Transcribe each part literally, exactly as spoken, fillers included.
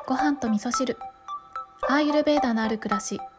ご飯と味噌汁、アーユルヴェーダのある暮らし。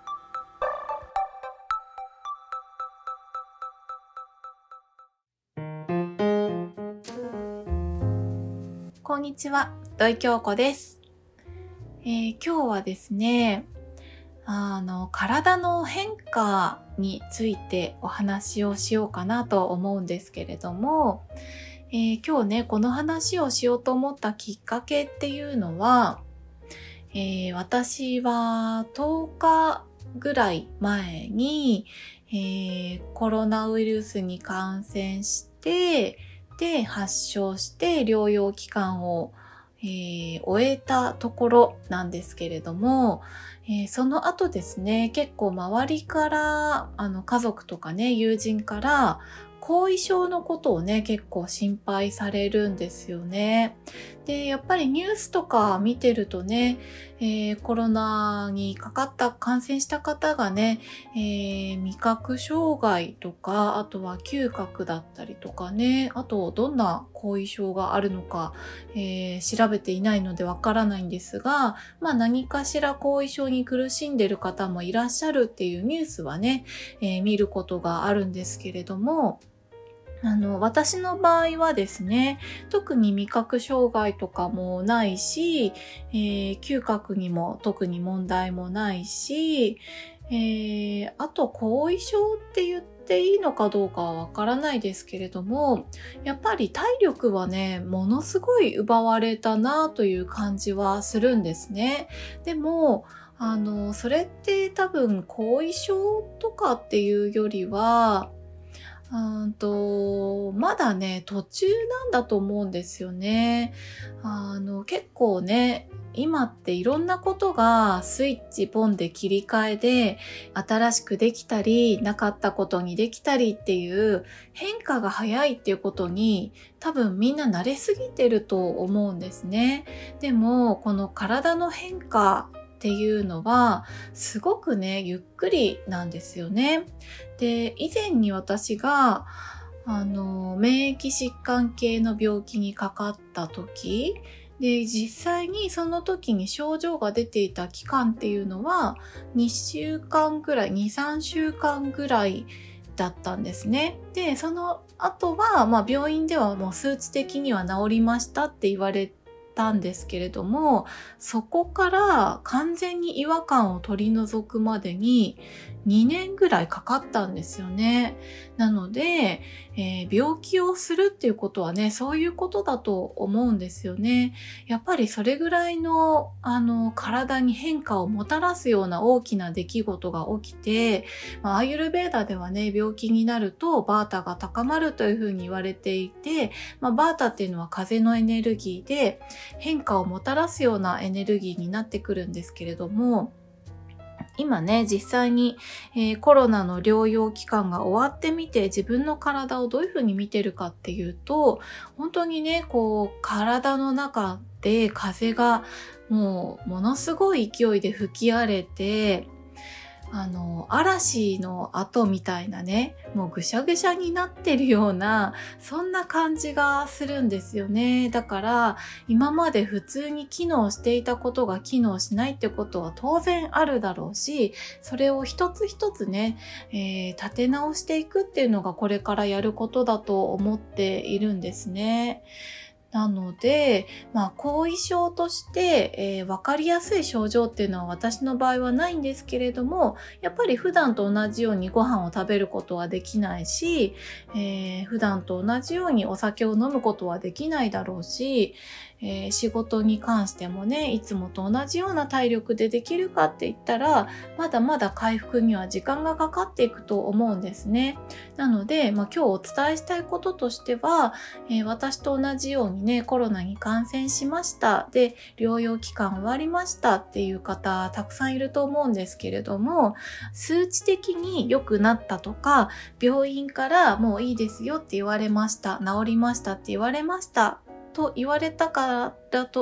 こんにちは、土井京子です。えー、今日はですね、あの体の変化についてお話をしようかなと思うんですけれども、えー、今日ねこの話をしようと思ったきっかけっていうのは、えー、私はとおかぐらい前に、えー、コロナウイルスに感染してで発症して療養期間を、えー、終えたところなんですけれども、えー、その後ですね、結構周りからあの家族とかね友人から後遺症のことをね結構心配されるんですよね。でやっぱりニュースとか見てるとね、えー、コロナにかかった感染した方がね、えー、味覚障害とか、あとは嗅覚だったりとかね、あとどんな後遺症があるのか、えー、調べていないのでわからないんですが、まあ何かしら後遺症に苦しんでいる方もいらっしゃるっていうニュースはね、えー、見ることがあるんですけれども、あの、私の場合はですね、特に味覚障害とかもないし、えー、嗅覚にも特に問題もないし、えー、あと後遺症って言っていいのかどうかはわからないですけれども、やっぱり体力はね、ものすごい奪われたなという感じはするんですね。でも、あの、それって多分後遺症とかっていうよりは、うんとまだね途中なんだと思うんですよね。あの結構ね今っていろんなことがスイッチポンで切り替えで新しくできたりなかったことにできたりっていう変化が早いっていうことに多分みんな慣れすぎてると思うんですね。でもこの体の変化っていうのはすごくねゆっくりなんですよね。で以前に私があの免疫疾患系の病気にかかった時で、実際にその時に症状が出ていた期間っていうのはにしゅうかんぐらい にさんしゅうかんぐらいだったんですね。でその後は、まあ、病院ではもう数値的には治りましたって言われてたんですけれども、そこから完全に違和感を取り除くまでににねんぐらいかかったんですよね。なので、えー、病気をするっていうことはね、そういうことだと思うんですよね。やっぱりそれぐらいの、あの、体に変化をもたらすような大きな出来事が起きて、まあ、アーユルヴェーダではね、病気になるとバータが高まるというふうに言われていて、まあ、バータっていうのは風のエネルギーで、変化をもたらすようなエネルギーになってくるんですけれども、今ね実際に、えー、コロナの療養期間が終わってみて自分の体をどういうふうに見てるかっていうと、本当にねこう体の中で風がもうものすごい勢いで吹き荒れて、あの嵐の後みたいなね、もうぐしゃぐしゃになってるようなそんな感じがするんですよね。だから今まで普通に機能していたことが機能しないってことは当然あるだろうし、それを一つ一つね、えー、立て直していくっていうのがこれからやることだと思っているんですね。なので、まあ、後遺症として、えー、分かりやすい症状っていうのは私の場合はないんですけれども、やっぱり普段と同じようにご飯を食べることはできないし、えー、普段と同じようにお酒を飲むことはできないだろうし、えー、仕事に関してもね、いつもと同じような体力でできるかって言ったら、まだまだ回復には時間がかかっていくと思うんですね。なので、まあ、今日お伝えしたいこととしては、えー、私と同じようにね、コロナに感染しました。で、療養期間終わりましたっていう方、たくさんいると思うんですけれども、数値的に良くなったとか、病院からもういいですよって言われました。治りましたって言われました。と言われたからといって 、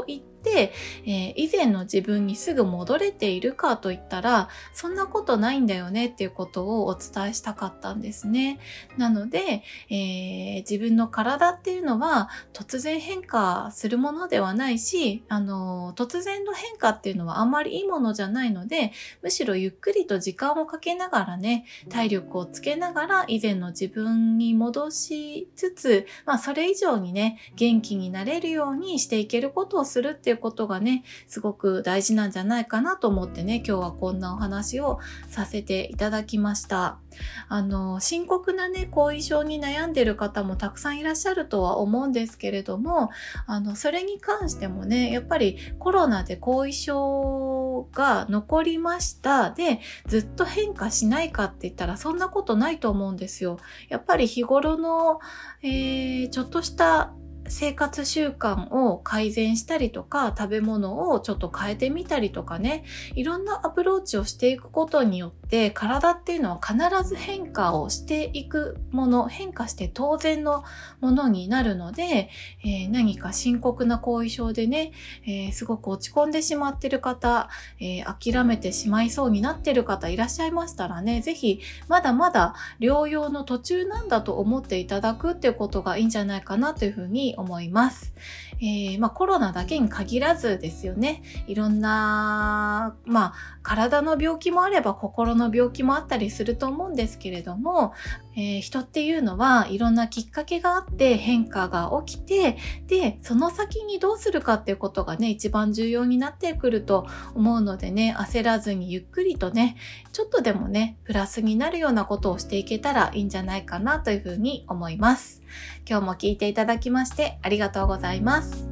えー、以前の自分にすぐ戻れているかといったら、そんなことないんだよねっていうことをお伝えしたかったんですね。なので、えー、自分の体っていうのは突然変化するものではないし、あの、突然の変化っていうのはあんまりいいものじゃないので、むしろゆっくりと時間をかけながらね、体力をつけながら以前の自分に戻しつつ、まあそれ以上にね、元気になれるようにしていけることをするっていうことがね、すごく大事なんじゃないかなと思ってね、今日はこんなお話をさせていただきました。あの、深刻なね、後遺症に悩んでいる方もたくさんいらっしゃるとは思うんですけれども、あの、それに関してもね、やっぱりコロナで後遺症が残りました。で、ずっと変化しないかって言ったらそんなことないと思うんですよ。やっぱり日頃の、えー、ちょっとした生活習慣を改善したりとか、食べ物をちょっと変えてみたりとかね、いろんなアプローチをしていくことによって体っていうのは必ず変化をしていくもの、変化して当然のものになるので、えー、何か深刻な後遺症でね、えー、すごく落ち込んでしまってる方、えー、諦めてしまいそうになってる方いらっしゃいましたらね、ぜひまだまだ療養の途中なんだと思っていただくっていうことがいいんじゃないかなというふうに思います。えー、まあコロナだけに限らずですよね。いろんな、まあ体の病気もあれば心の病気もあったりすると思うんですけれども、えー、人っていうのはいろんなきっかけがあって変化が起きて、で、その先にどうするかっていうことがね、一番重要になってくると思うのでね、焦らずにゆっくりとね、ちょっとでもね、プラスになるようなことをしていけたらいいんじゃないかなというふうに思います。今日も聞いていただきましてありがとうございます。